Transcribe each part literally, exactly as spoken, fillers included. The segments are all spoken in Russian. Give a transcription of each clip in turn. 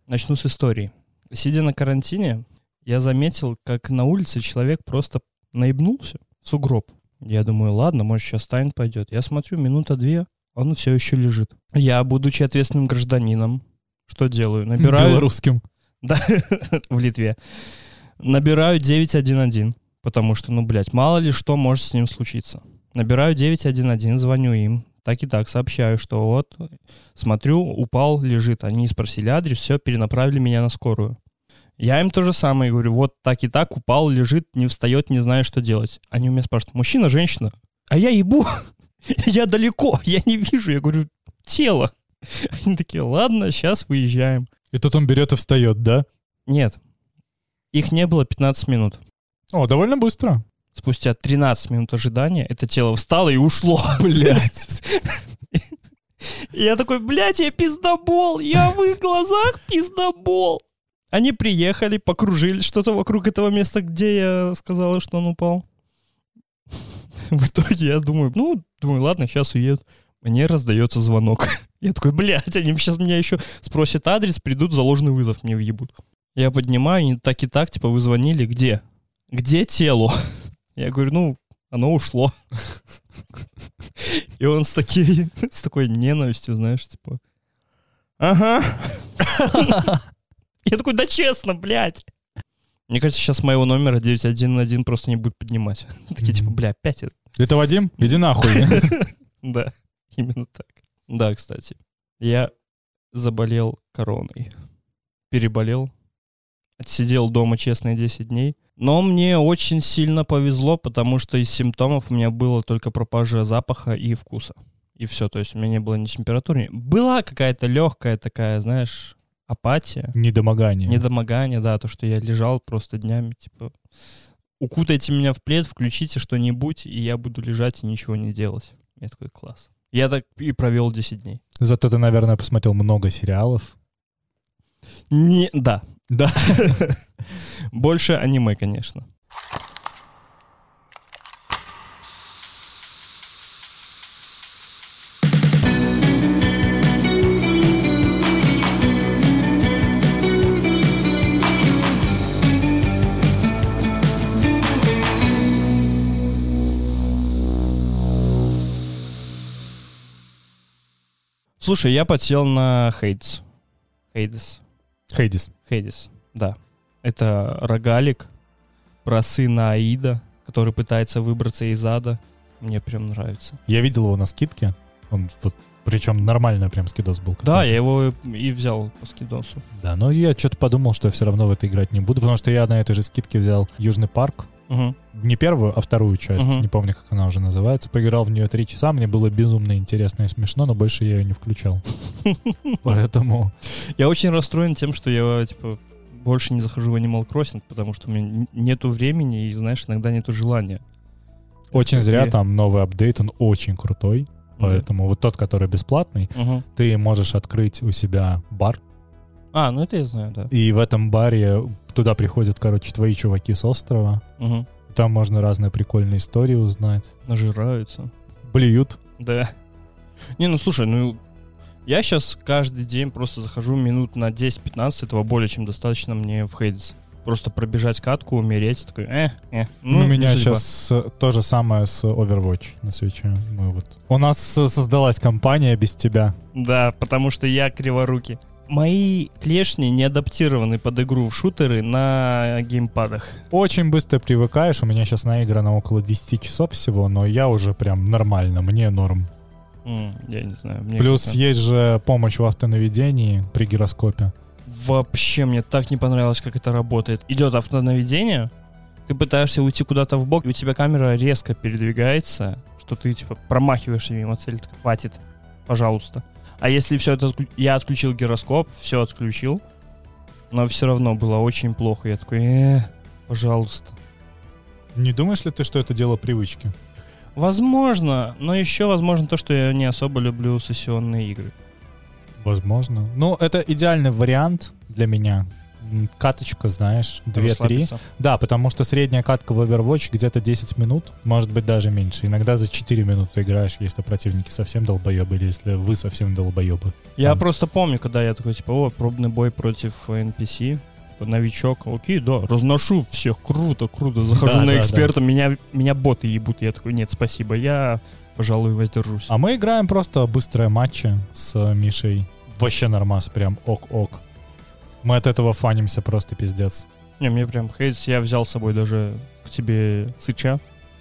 Начну с истории. Сидя на карантине, я заметил, как на улице человек просто наебнулся в сугроб. Я думаю, ладно, может, сейчас встанет, пойдет. Я смотрю, минута-две, он все еще лежит. Я, будучи ответственным гражданином, что делаю? Набираю... Белорусским. Да, в Литве. Набираю девять один один, потому что, ну, блядь, мало ли что может с ним случиться. Набираю девять один один, звоню им, так и так сообщаю, что вот, смотрю, упал, лежит. Они спросили адрес, все, перенаправили меня на скорую. Я им то же самое говорю, вот так и так, упал, лежит, не встает, не знаю, что делать. Они у меня спрашивают, мужчина, женщина? А я ебу, я далеко, я не вижу. Я говорю, тело. Они такие, ладно, сейчас выезжаем. И тут он берет и встает, да? Нет, их не было пятнадцать минут. О, довольно быстро. Спустя тринадцать минут ожидания это тело встало и ушло. Блядь. Я такой, блядь, я пиздобол, я в их глазах пиздобол. Они приехали, покружили что-то вокруг этого места, где я сказала, что он упал. В итоге я думаю, ну, думаю, ладно, сейчас уедут. Мне раздается звонок. Я такой, блядь, они сейчас меня еще спросят адрес, придут, заложенный вызов мне въебут. Я поднимаю, они так и так, типа, вы звонили, где? Где тело? Я говорю, ну, оно ушло. И он с, таки, с такой ненавистью, знаешь, типа, ага. Я такой, да честно, блядь. Мне кажется, сейчас моего номера девять один один просто не будет поднимать. Такие, типа, бля, опять это. Это Вадим? Иди нахуй. Да, именно так. Да, кстати, я заболел короной. Переболел. Отсидел дома честные десять дней. Но мне очень сильно повезло, потому что из симптомов у меня было только пропажа запаха и вкуса. И все, то есть у меня не было ни температуры. Была какая-то легкая такая, знаешь, апатия. Недомогание. Недомогание, да, то, что я лежал просто днями, типа, укутайте меня в плед, включите что-нибудь, и я буду лежать и ничего не делать. Я такой, класс. Я так и провел десять дней. Зато ты, наверное, посмотрел много сериалов. Не, да. Да. Больше аниме, конечно. Слушай, я подсел на Хейдс. Хейдес. Хейдис. Хейдис, да. Это рогалик про сына Аида, который пытается выбраться из ада. Мне прям нравится. Я видел его на скидке. Он вот, причем нормально прям скидос был. Да, я его и взял по скидосу. Да, но я что-то подумал, что я все равно в это играть не буду, потому что я на этой же скидке взял Южный парк. Угу. Не первую, а вторую часть. Угу. Не помню, как она уже называется. Поиграл в нее три часа. Мне было безумно интересно и смешно, но больше я ее не включал. Поэтому... Я очень расстроен тем, что я, типа, больше не захожу в Animal Crossing, потому что у меня нету времени и, знаешь, иногда нету желания. Очень зря, там новый апдейт, он очень крутой. Поэтому да. Вот тот, который бесплатный, угу. ты можешь открыть у себя бар. А, ну это я знаю, да. И в этом баре туда приходят, короче, твои чуваки с острова. Угу. Там можно разные прикольные истории узнать. Нажираются. Блюют. Да. Не, ну слушай, ну я сейчас каждый день просто захожу минут на десять-пятнадцать, этого более чем достаточно мне в Хейдес. Просто пробежать катку, умереть, такой, э, э. Ну, у меня сейчас то же самое с Overwatch на свече. Мы вот... У нас создалась компания без тебя. Да, потому что я криворукий. Мои клешни не адаптированы под игру в шутеры на геймпадах. Очень быстро привыкаешь. У меня сейчас наиграно около десять часов всего, но я уже прям нормально, мне норм. Mm, я не знаю. Мне Плюс как-то... есть же помощь в автонаведении при гироскопе. Вообще мне так не понравилось, как это работает. Идет автонаведение, ты пытаешься уйти куда-то в бок, и у тебя камера резко передвигается, что ты типа промахиваешься мимо цели, так, хватит, пожалуйста. А если все это... Я отключил гироскоп, все отключил, но все равно было очень плохо. Я такой, э, пожалуйста. Не думаешь ли ты, что это дело привычки? Возможно, но еще возможно то, что я не особо люблю сессионные игры. Возможно. Ну, это идеальный вариант для меня. каточка, знаешь, две-три. Расслабиться. Да, потому что средняя катка в Overwatch где-то десять минут, может быть, даже меньше. Иногда за четыре минуты играешь, если противники совсем долбоебы, или если вы совсем долбоебы. Я Там. просто помню, когда я такой, типа, о, пробный бой против эн пи си, новичок, окей, да, разношу всех, круто, круто, захожу Да, на да, эксперта, меня, меня боты ебут, я такой, нет, спасибо, я, пожалуй, воздержусь. А мы играем просто быстрые матчи с Мишей. Вообще нормас, прям ок-ок. Мы от этого фанимся просто пиздец. Не, мне прям хейтс, я взял с собой даже к тебе сыча,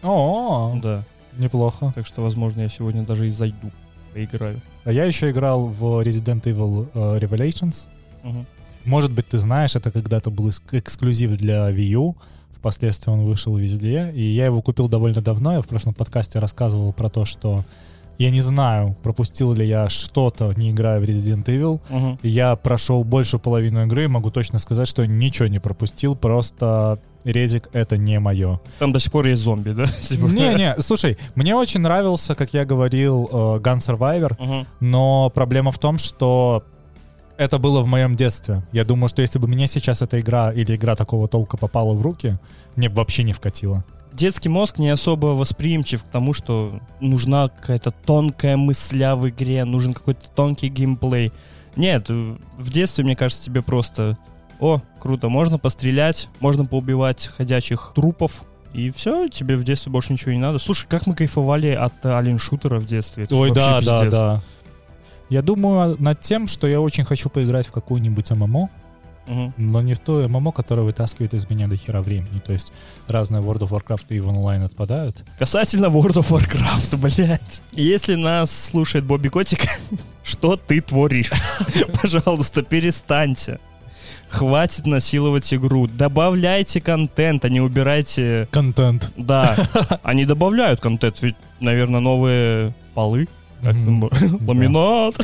О, да, неплохо. так что, возможно, я сегодня даже и зайду, поиграю. А я еще играл в Resident Evil uh, Revelations. Угу. Может быть, ты знаешь, это когда-то был эск- эксклюзив для Wii U. Впоследствии он вышел везде. И я его купил довольно давно. Я в прошлом подкасте рассказывал про то, что я не знаю, пропустил ли я что-то, не играя в Resident Evil. Угу. Я прошел большую половину игры и могу точно сказать, что ничего не пропустил. Просто Резик — это не мое. Там до сих пор есть зомби, да? Не-не, слушай, мне очень нравился, как я говорил, э, Gun Survivor. Угу. Но проблема в том, что это было в моем детстве. Я думаю, что если бы мне сейчас эта игра или игра такого толка попала в руки, мне бы вообще не вкатило. Детский мозг не особо восприимчив к тому, что нужна какая-то тонкая мысля в игре, нужен какой-то тонкий геймплей. Нет, в детстве, мне кажется, тебе просто: о, круто, можно пострелять, можно поубивать ходячих трупов, и все, тебе в детстве больше ничего не надо. Слушай, как мы кайфовали от алien-шутера в детстве. Это Ой, вообще да, да, пиздец. да. Я думаю над тем, что я очень хочу поиграть в какую-нибудь эм эм о, Мгм. но не в то эм эм о, которое вытаскивает из меня до хера времени. То есть разные World of Warcraft и EVE Online отпадают. Касательно World of Warcraft, блядь. Если нас слушает Бобби Котик, что ты творишь? Пожалуйста, перестаньте. Хватит насиловать игру. Добавляйте контент, а не убирайте... Контент. Да, они добавляют контент, ведь, наверное, новые полы. Как Мгм. там? Ламинат.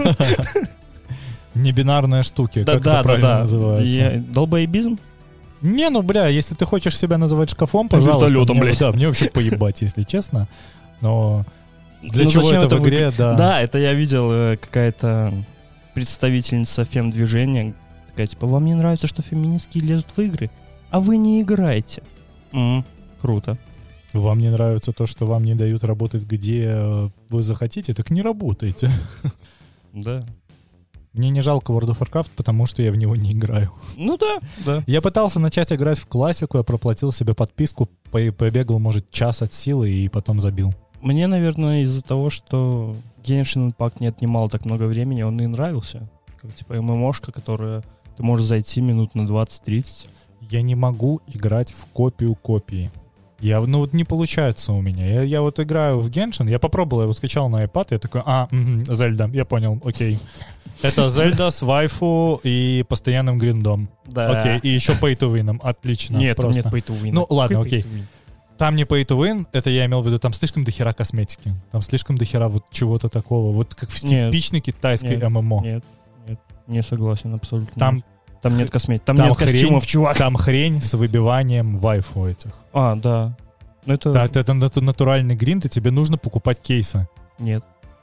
Небинарные штуки, Да, как да, это да, правильно да. называется. Я- Долбоебизм? Не, ну, бля, если ты хочешь себя называть шкафом, пожалуйста. Вертолетом, мне, блядь. Да, мне вообще поебать, если честно. Но для Ну, чего зачем это в вы- игре, да. Да, это я видел, э, какая-то представительница фем-движения такая, типа, вам не нравится, что феминистки лезут в игры, а вы не играете. М, круто. Вам не нравится то, что вам не дают работать, где э, вы захотите, так не работайте. Да. Мне не жалко World of Warcraft, потому что я в него не играю. Ну да, да. Я пытался начать играть в классику, я проплатил себе подписку, по- побегал, может, час от силы и потом забил. Мне, наверное, из-за того, что Genshin Impact не отнимал так много времени, он и нравился. Как, типа, ММОшка, которая ты можешь зайти минут на двадцать-тридцать. Я не могу играть в копию копии. Я, ну вот не получается у меня. Я, я вот играю в Genshin, я попробовал, я его скачал на iPad, я такой, а, угу, Зельда, я понял, окей. Это Зельда с вайфу и постоянным гриндом. Да. Окей, и еще pay to win, отлично. Нет, там просто. нет pay to win. Ну, ладно, Какой окей. pay to win? Там не pay to win, это я имел в виду, там слишком дохера косметики. Там слишком дохера вот чего-то такого. Вот как в Нет. типичной китайской Нет. эм эм о. Нет, нет, не согласен абсолютно. Там, нет. Там нет косметики, там, там нет костюмов, хрень. чувак. там хрень с выбиванием вайфу этих. А, да. Ну это... Да, это, это нат- натуральный гринд, и тебе нужно покупать кейсы. Нет.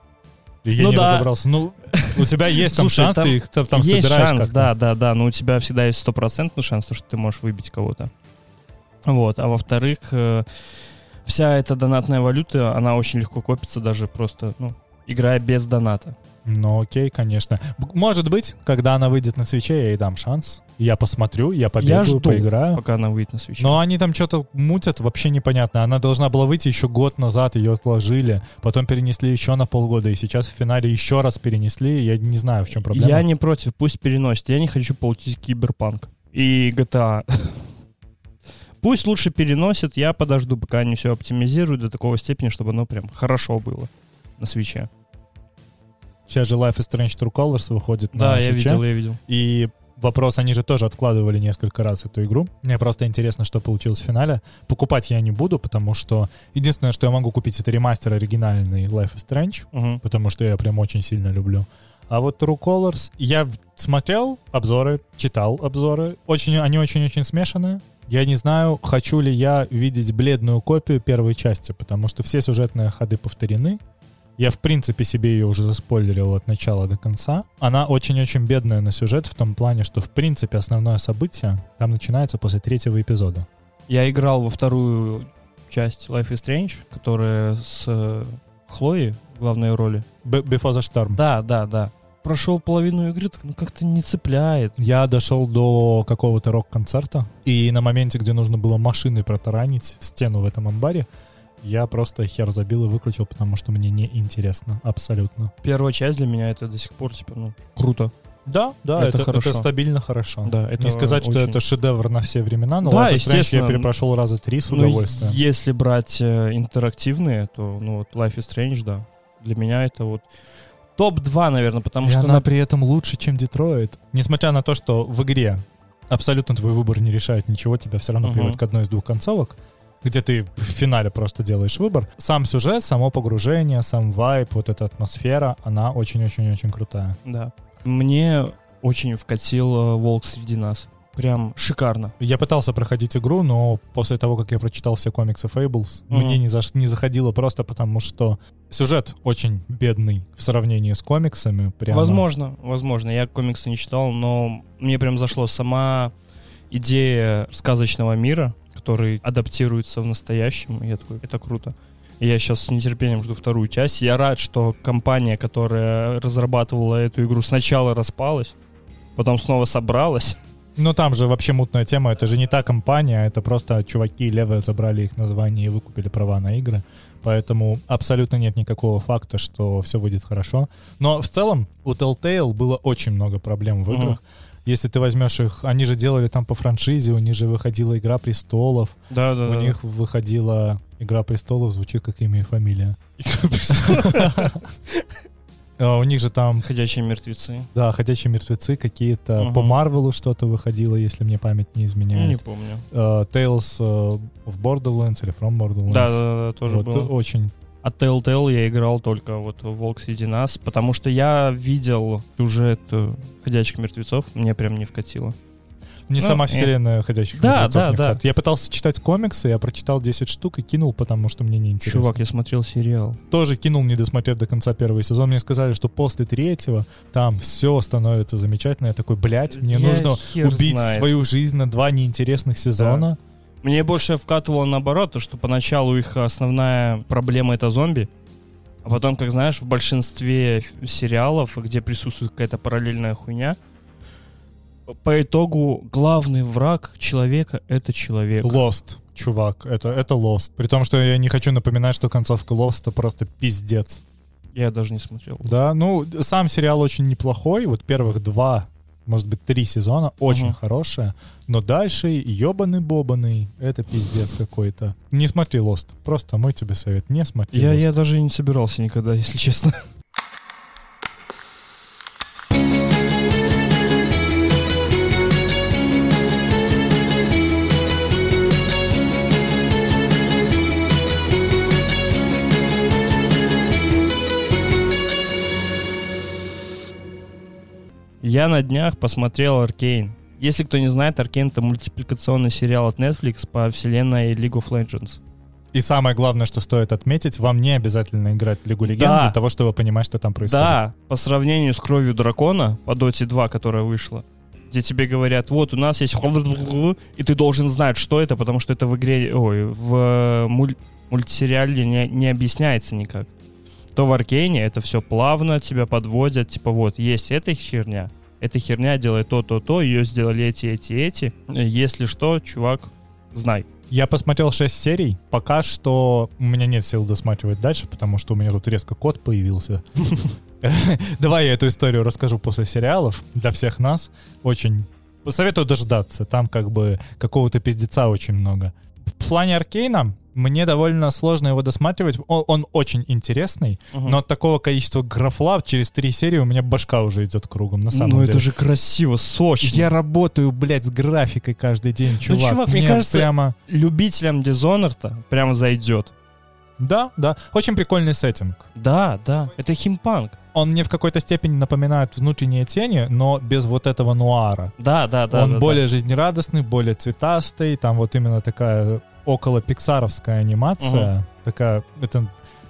И я Ну не да. разобрался. Ну, у тебя есть там Слушай, шанс, там ты их там, там есть собираешь шанс, как-то. да, да, да, но у тебя всегда есть стопроцентный шанс, то, что ты можешь выбить кого-то. Вот, а во-вторых, э, вся эта донатная валюта, она очень легко копится даже просто, ну, играя без доната. Ну, окей, конечно. Б- Может быть, когда она выйдет на свече, я ей дам шанс. Я посмотрю, я побегаю, жду. поиграю. Пока она выйдет на свече. Но они там что-то мутят, вообще непонятно. Она должна была выйти еще год назад, ее отложили, потом перенесли еще на полгода, и сейчас в финале еще раз перенесли. Я не знаю, в чем проблема. Я не против, пусть переносит. Я не хочу получить киберпанк и джи ти эй. Пусть лучше переносят, я подожду, пока они все оптимизируют до такого степени, чтобы оно прям хорошо было на свече. Сейчас же Life is Strange True Colors выходит Да, на я свече. видел, я видел. И вопрос, они же тоже откладывали несколько раз эту игру. Мне просто интересно, что получилось в финале. Покупать я не буду, потому что единственное, что я могу купить, это ремастер оригинальный Life is Strange, Угу. потому что я прям очень сильно люблю. А вот True Colors, я смотрел обзоры, читал обзоры. Очень, они очень-очень смешанные. Я не знаю, хочу ли я видеть бледную копию первой части, потому что все сюжетные ходы повторены. Я, в принципе, себе ее уже заспойлерил от начала до конца. Она очень-очень бедная на сюжет в том плане, что, в принципе, основное событие там начинается после третьего эпизода. Я играл во вторую часть Life is Strange, которая с э, Хлоей в главной роли. Б- Before the Storm. Да, да, да. Прошел половину игры, так, ну как-то не цепляет. Я дошел до какого-то рок-концерта, и на моменте, где нужно было машиной протаранить стену в этом амбаре, я просто хер забил и выключил, потому что мне не интересно абсолютно. Первая часть для меня это до сих пор, типа, ну, круто. Да, да, Это это, хорошо. это стабильно хорошо. Да, это не сказать, что очень- это шедевр на все времена, но Да, Life is Strange я естественно. перепрошел раза три с Ну, удовольствием. если брать э, интерактивные, то, ну, вот Life is Strange, да. Для меня это вот топ два, наверное, потому И что... она на- при этом лучше, чем Детройт. Несмотря на то, что в игре абсолютно твой выбор не решает ничего, тебя все равно Мгм. приводит к одной из двух концовок, где ты в финале просто делаешь выбор. Сам сюжет, само погружение, сам вайб, вот эта атмосфера, она очень-очень-очень крутая. Да. Мне очень вкатил э, «Волк среди нас». Прям шикарно. Я пытался проходить игру, но после того, как я прочитал все комиксы Fables, Мгм. мне не, заш- не заходило просто потому, что сюжет очень бедный в сравнении с комиксами. Прямо. Возможно, возможно. Я комиксы не читал, но мне прям зашло сама идея сказочного мира, который адаптируется в настоящем. И я такой, это круто. И я сейчас с нетерпением жду вторую часть. Я рад, что компания, которая разрабатывала эту игру, сначала распалась, потом снова собралась. Ну там же вообще мутная тема, это же не та компания, это просто чуваки левые забрали их название и выкупили права на игры. Поэтому абсолютно нет никакого факта, что все выйдет хорошо. Но в целом у Telltale было очень много проблем в Мгм. играх. Если ты возьмешь их, они же делали там по франшизе, у них же выходила «Игра престолов», Да, да, у них выходила «Игра престолов», звучит как имя и фамилия. А, У них же там, Ходячие мертвецы. да, «Ходячие мертвецы» какие-то, Мгм. по Марвелу что-то выходило, если мне память не изменяет. Не помню. Uh, Tales uh, of Borderlands или From Borderlands. Да, да, да, тоже Вот, было. очень. А Telltale я играл только вот в «Волк среди нас», потому что я видел сюжет э, «Ходячих мертвецов», мне прям не вкатило. Не Ну, сама э. вселенная «Ходячих Да, мертвецов» да, не да. хватает. Я пытался читать комиксы, я прочитал десять штук и кинул, потому что мне неинтересно. Чувак, я смотрел сериал. Тоже кинул, не досмотрев до конца первый сезон. Мне сказали, что после третьего там все становится замечательно. Я такой, блядь, мне Я нужно хер убить знает. свою жизнь на два неинтересных сезона. Мне больше вкатывало наоборот, то, что поначалу их основная проблема — это зомби, а потом, как знаешь, в большинстве ф- сериалов, где присутствует какая-то параллельная хуйня, по итогу главный враг человека — это человек. Lost, чувак, это, это Lost. При том, что я не хочу напоминать, что концовка Lost просто пиздец. Я даже не смотрел. Да, ну, сам сериал очень неплохой. Вот первых два, может быть, три сезона очень Мгм. хорошие. Но дальше ебаный-бобаный. Это пиздец какой-то. Не смотри Lost. Просто мой тебе совет. Не смотри Я, Lost. я даже и не собирался никогда, если честно. Я на днях посмотрел «Аркейн». Если кто не знает, «Аркейн» — это мультипликационный сериал от Netflix по вселенной League of Legends. И самое главное, что стоит отметить, вам не обязательно играть в Лигу Легенд Да. для того, чтобы понимать, что там происходит. Да, по сравнению с «Кровью дракона» по Доте два, которая вышла, где тебе говорят, вот у нас есть и ты должен знать, что это, потому что это в игре, ой, в муль- мультсериале не, не объясняется никак. То в «Аркейне» это все плавно тебя подводят, типа вот, есть эта херня, эта херня делает то-то-то, ее сделали эти, эти, эти. Если что, чувак, знай. Я посмотрел шесть серий. Пока что у меня нет сил досматривать дальше, потому что у меня тут резко кот появился. Давай я эту историю расскажу после сериалов для всех нас. Очень советую дождаться. Там как бы какого-то пиздеца очень много. В плане Аркейна мне довольно сложно его досматривать. Он, он очень интересный, Мгм. но от такого количества графла через три серии у меня башка уже идет кругом, на самом Ну деле. это же красиво, сочно. Я работаю, блядь, с графикой каждый день, чувак. чувак, мне кажется, прямо... Любителям Dishonored-то прямо зайдет. Да, да. Очень прикольный сеттинг. Да, да, это химпанк. Он мне в какой-то степени напоминает «Внутренние тени», но без вот этого нуара. Да, да, да. Он да, более жизнерадостный, более цветастый. Там вот именно такая около пиксаровская анимация. Такая, это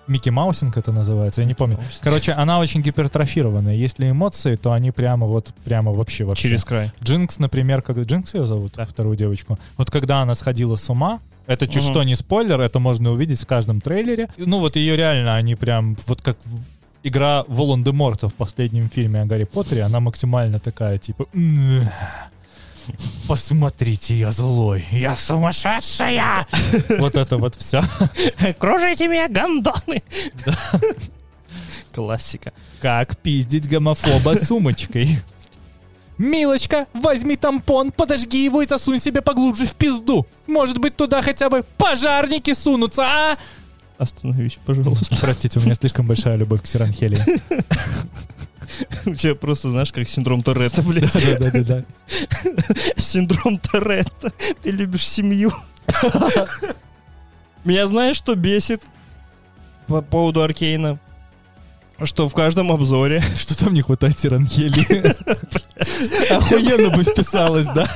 Микки Маусинг это называется, я не помню. Короче, она очень гипертрофированная. Если эмоции, то они прямо вот, прямо вообще вообще. Через край. Джинкс, например, как Джинкс ее зовут, Да. вторую девочку. Вот когда она сходила с ума, это чуть Мгм. что не спойлер, это можно увидеть в каждом трейлере. Ну вот ее реально, они прям, вот как в- игра Волан-де-Морта в последнем фильме о Гарри Поттере, она максимально такая, типа... «М, посмотрите, я злой, я сумасшедшая!» Вот это вот все. Кружите меня, гондоны! Классика. Как пиздить гомофоба сумочкой. «Милочка, возьми тампон, подожги его и засунь себе поглубже в пизду. Может быть, туда хотя бы пожарники сунутся, а?» Остановись, пожалуйста. Простите, у меня слишком большая любовь к Сиранхелии. У тебя просто, знаешь, как синдром Торетто, блядь. Да-да-да. Синдром Торетто. Ты любишь семью. Меня знаешь, что бесит по поводу Аркейна? Что в каждом обзоре... Что там не хватает Сиранхелии? Охуенно бы вписалось, да?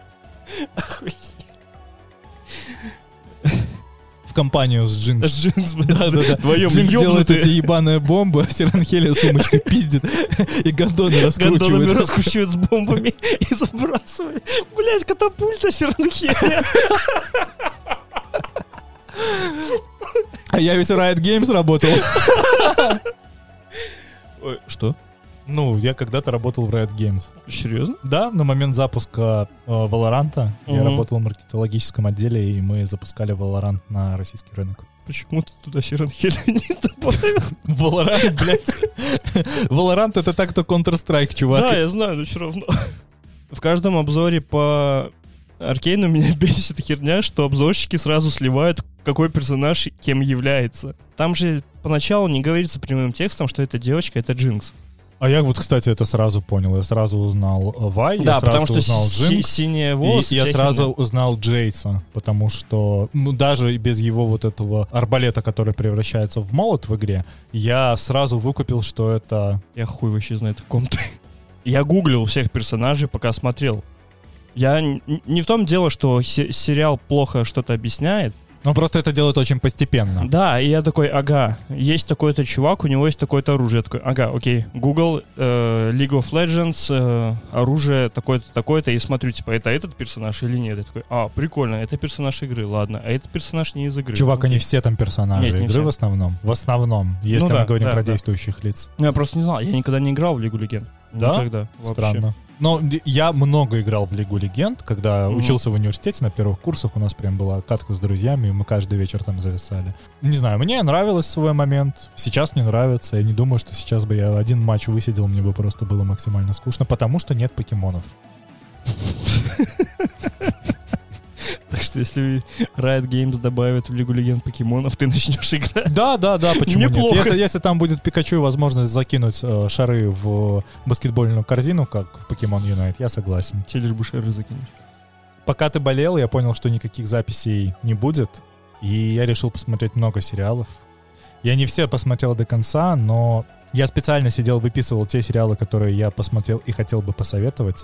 В компанию с Джинкс. Джинкс, да-да-да. Вдвоем Джинкс делает эти ёбнутые. ебаные бомбы, а Сиранхелия сумочкой пиздит и гондоны Гондонами раскручивает. раскручивают с бомбами и забрасывают. Блять, катапульта Сиранхелия. А я ведь в Riot Games работал. Ой, что? Ну, я когда-то работал в Riot Games. Серьезно? Да, на момент запуска э, Valorant я Мгм. работал в маркетологическом отделе, и мы запускали Valorant на российский рынок. Почему ты туда Сиранхелию не добавил? Valorant, блядь. Valorant — это так-то Counter-Strike, чувак. Да, я знаю, но все равно. В каждом обзоре по Аркейну меня бесит херня, что обзорщики сразу сливают, какой персонаж кем является. Там же поначалу не говорится прямым текстом, что эта девочка — это Джинкс. А я вот, кстати, это сразу понял. Я сразу узнал э, Вай, я Да, сразу потому что узнал си- Джинкс. синие волосы... И я вся сразу херня. узнал Джейса, потому что ну, даже без его вот этого арбалета, который превращается в молот в игре, я сразу выкупил, что это... Я хуй вообще знает, в ком ты. Я гуглил всех персонажей, пока смотрел. Я н- не в том дело, что се- сериал плохо что-то объясняет. Ну, просто это делает очень постепенно. Да, и я такой, ага, есть такой-то чувак, у него есть такое-то оружие. Я такой, ага, окей, Google, э, League of Legends, э, оружие такое-то, такое-то, и смотрю, типа, это этот персонаж или нет. Я такой, а, прикольно, это персонаж игры, ладно, а этот персонаж не из игры. Чувак, Окей. они все там персонажи Нет, не игры все. в основном. В основном, если Ну мы да, говорим да, про да. действующих лиц. Ну, я просто не знал, я никогда не играл в Лигу Легенд. Да? Никогда. Вообще. Странно. Но д- я много играл в Лигу Легенд, когда Мгм. учился в университете на первых курсах, у нас прям была катка с друзьями, и мы каждый вечер там зависали. Не знаю, мне нравилось в свой момент, сейчас не нравится, я не думаю, что сейчас бы я один матч высидел, мне бы просто было максимально скучно, потому что нет покемонов. Так что если Riot Games добавят в Лигу Легенд покемонов, ты начнешь играть. Да, да, да, почему Неплохо. нет? Если, если там будет Пикачу и возможность закинуть э, шары в баскетбольную корзину, как в Покемон Юнайт, я согласен. Те лишь бы шары закинуть. Пока ты болел, я понял, что никаких записей не будет, и я решил посмотреть много сериалов. Я не все посмотрел до конца, но я специально сидел, выписывал те сериалы, которые я посмотрел и хотел бы посоветовать.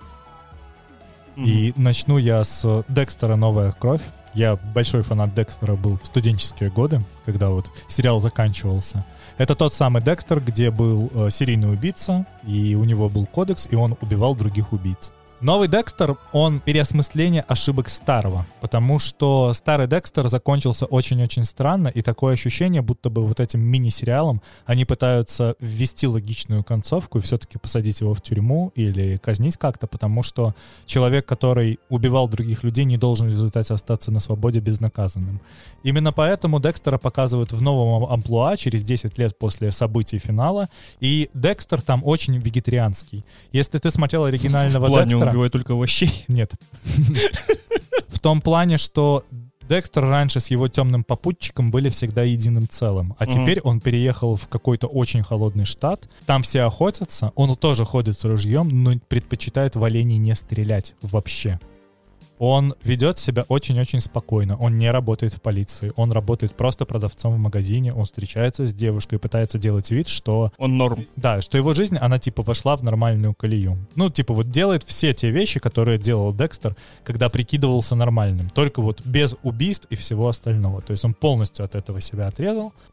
И начну я с Декстера «Новая кровь». Я большой фанат Декстера был в студенческие годы, когда вот сериал заканчивался. Это тот самый Декстер, где был э, серийный убийца, и у него был кодекс, и он убивал других убийц. Новый Декстер, он переосмысление ошибок старого, потому что старый Декстер закончился очень-очень странно, и такое ощущение, будто бы вот этим мини-сериалом они пытаются ввести логичную концовку и все-таки посадить его в тюрьму или казнить как-то, потому что человек, который убивал других людей, не должен в результате остаться на свободе безнаказанным. Именно поэтому Декстера показывают в новом амплуа через десять лет после событий финала, и Декстер там очень вегетарианский. Если ты смотрел оригинального В плане Декстера... он убивает только овощей. Нет. В том плане, что Декстер раньше с его темным попутчиком были всегда единым целым, а Мгм. теперь он переехал в какой-то очень холодный штат, там все охотятся, он тоже ходит с ружьем, но предпочитает в оленей не стрелять вообще. Он ведет себя очень-очень спокойно, он не работает в полиции, он работает просто продавцом в магазине, он встречается с девушкой, пытается делать вид, что Он норм. да, что его жизнь, она типа вошла в нормальную колею. Ну, типа вот делает все те вещи, которые делал Декстер, когда прикидывался нормальным. Только вот без убийств и всего остального. То есть он полностью от этого себя отрезал.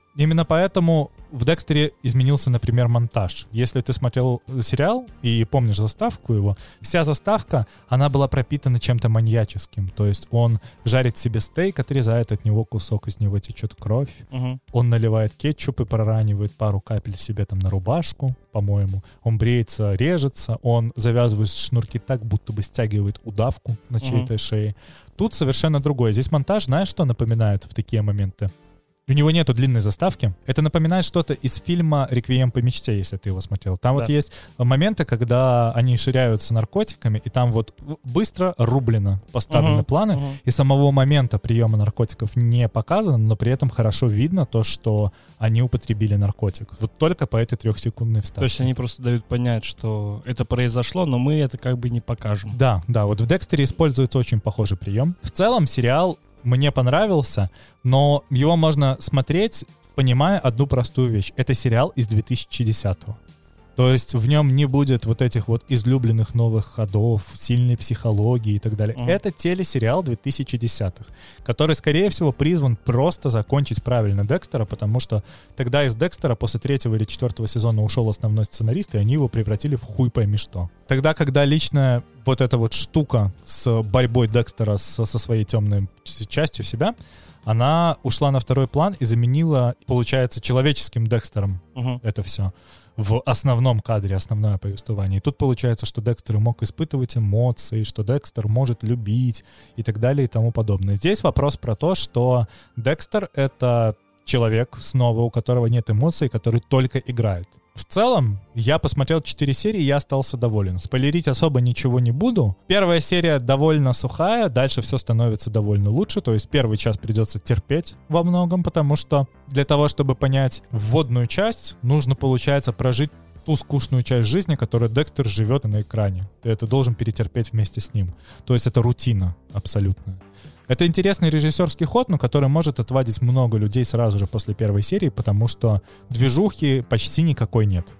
Именно поэтому в «Декстере» изменился, например, монтаж. Если ты смотрел сериал и помнишь заставку его, вся заставка, она была пропитана чем-то маньяческим. То есть он жарит себе стейк, отрезает от него кусок, из него течет кровь. Угу. Он наливает кетчуп и проранивает пару капель себе там на рубашку, по-моему. Он бреется, режется, он завязывает шнурки так, будто бы стягивает удавку на чьей-то угу. шее. Тут совершенно другое. Здесь монтаж, знаешь, что напоминает в такие моменты? У него нету длинной заставки. Это напоминает что-то из фильма «Реквием по мечте», если ты его смотрел. Там да. вот есть моменты, когда они ширяются наркотиками, и там вот быстро рублено поставлены uh-huh, планы, uh-huh. и самого момента приема наркотиков не показано, но при этом хорошо видно то, что они употребили наркотик. Вот только по этой трехсекундной вставке. То есть они просто дают понять, что это произошло, но мы это как бы не покажем. Да, да. Вот в «Декстере» используется очень похожий прием. В целом сериал мне понравился, но его можно смотреть, понимая одну простую вещь. Это сериал из две тысячи десятого. То есть в нем не будет вот этих вот излюбленных новых ходов, сильной психологии и так далее. Mm. Это телесериал две тысячи десятых, который, скорее всего, призван просто закончить правильно Декстера, потому что тогда из Декстера после третьего или четвертого сезона ушел основной сценарист, и они его превратили в хуй пойми что. Тогда, когда личная вот эта вот штука с борьбой Декстера со, со своей темной частью себя, она ушла на второй план и заменила, получается, человеческим Декстером uh-huh. это все. В основном кадре, основное повествование. И тут получается, что Декстер мог испытывать эмоции, что Декстер может любить и так далее и тому подобное. Здесь вопрос про то, что Декстер — это человек, снова, у которого нет эмоций, который только играет. В целом, я посмотрел четыре серии, и я остался доволен. Спойлерить особо ничего не буду. Первая серия довольно сухая, дальше все становится довольно лучше. То есть первый час придется терпеть во многом, потому что для того, чтобы понять вводную часть, нужно, получается, прожить ту скучную часть жизни, которую Декстер живет на экране. Ты это должен перетерпеть вместе с ним. То есть это рутина абсолютная. Это интересный режиссерский ход, но который может отвадить много людей сразу же после первой серии, потому что движухи почти никакой нет.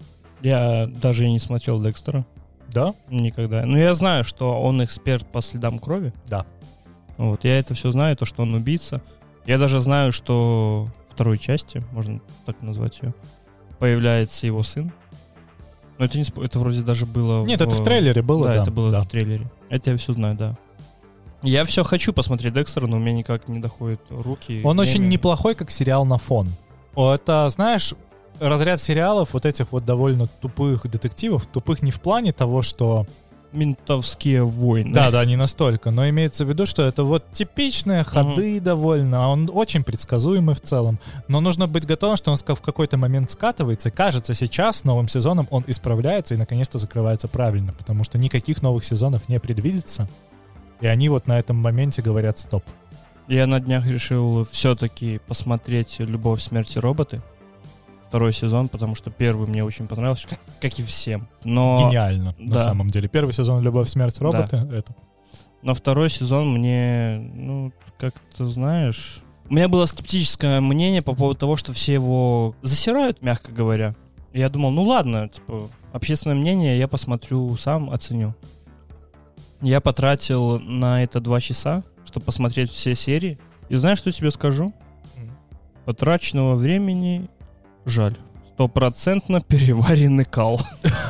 Я даже и не смотрел Декстера. Да? Никогда. Но я знаю, что он эксперт по следам крови. Да. Вот, я это все знаю, то, что он убийца. Я даже знаю, что в второй части, можно так назвать ее, появляется его сын. Но это, не сп... это вроде даже было... Нет, в... это в трейлере было, да. Да, это было да. в трейлере. Это я все знаю, да. Я все хочу посмотреть Декстера, но у меня никак не доходят руки. Он время. очень неплохой, как сериал на фон. Это, знаешь, разряд сериалов вот этих вот довольно тупых детективов, тупых не в плане того, что... Ментовские войны. Да, да, не настолько, но имеется в виду, что это вот типичные ходы uh-huh. довольно, он очень предсказуемый в целом, но нужно быть готовым, что он в какой-то момент скатывается, кажется, сейчас новым сезоном он исправляется и наконец-то закрывается правильно, потому что никаких новых сезонов не предвидится. И они вот на этом моменте говорят «стоп». Я на днях решил все-таки посмотреть «Любовь, смерть и роботы». Второй сезон, потому что первый мне очень понравился, как, как и всем. Но... Гениально, да. На самом деле. Первый сезон «Любовь, смерть, роботы» да. это. Но второй сезон мне, ну, как-то, знаешь... У меня было скептическое мнение по поводу того, что все его засирают, мягко говоря. И я думал, ну ладно, типа, общественное мнение я посмотрю сам, оценю. Я потратил на это два часа, чтобы посмотреть все серии. И знаешь, что тебе скажу? Mm. Потраченного времени жаль. Стопроцентно переваренный кал.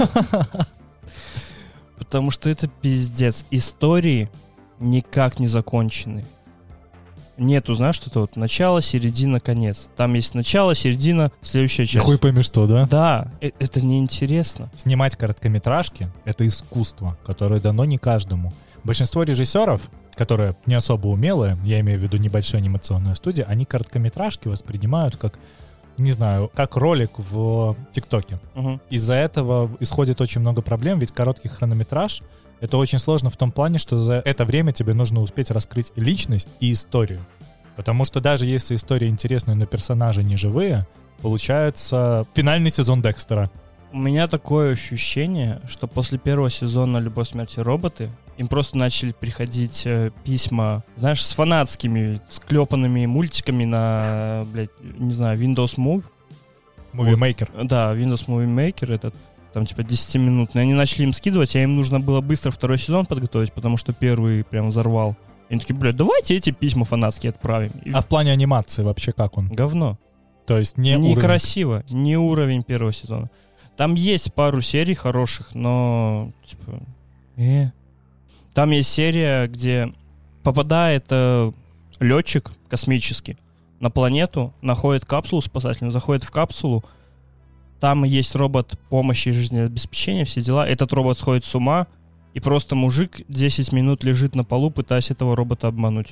Потому что это пиздец. Истории никак не закончены. Нету, знаешь, что-то вот начало, середина, конец. Там есть начало, середина, следующая часть. Хуй пойми что, да? Да, это неинтересно. Снимать короткометражки — это искусство, которое дано не каждому. Большинство режиссеров, которые не особо умелые, я имею в виду небольшие анимационные студии, они короткометражки воспринимают как, не знаю, как ролик в ТикТоке. Угу. Из-за этого исходит очень много проблем, ведь короткий хронометраж — это очень сложно в том плане, что за это время тебе нужно успеть раскрыть личность и историю. Потому что даже если история интересная, но персонажи не живые, получается финальный сезон Декстера. У меня такое ощущение, что после первого сезона «Любовь, смерть и роботы» им просто начали приходить э, письма, знаешь, с фанатскими, склепанными мультиками на, блядь, не знаю, Windows Move. Movie Maker. Вот, да, Windows Movie Maker этот. Там типа десятиминутные. Они начали им скидывать, а им нужно было быстро второй сезон подготовить, потому что первый прям взорвал. И они такие, блядь, давайте эти письма фанатские отправим. И... А в плане анимации вообще как он? Говно. То есть не уровень. Некрасиво, не уровень первого сезона. Там есть пару серий хороших, но типа... Э. Там есть серия, где попадает э, летчик космический на планету, находит капсулу спасательную, заходит в капсулу, там есть робот помощи и жизнеобеспечения, все дела. Этот робот сходит с ума, и просто мужик десять минут лежит на полу, пытаясь этого робота обмануть.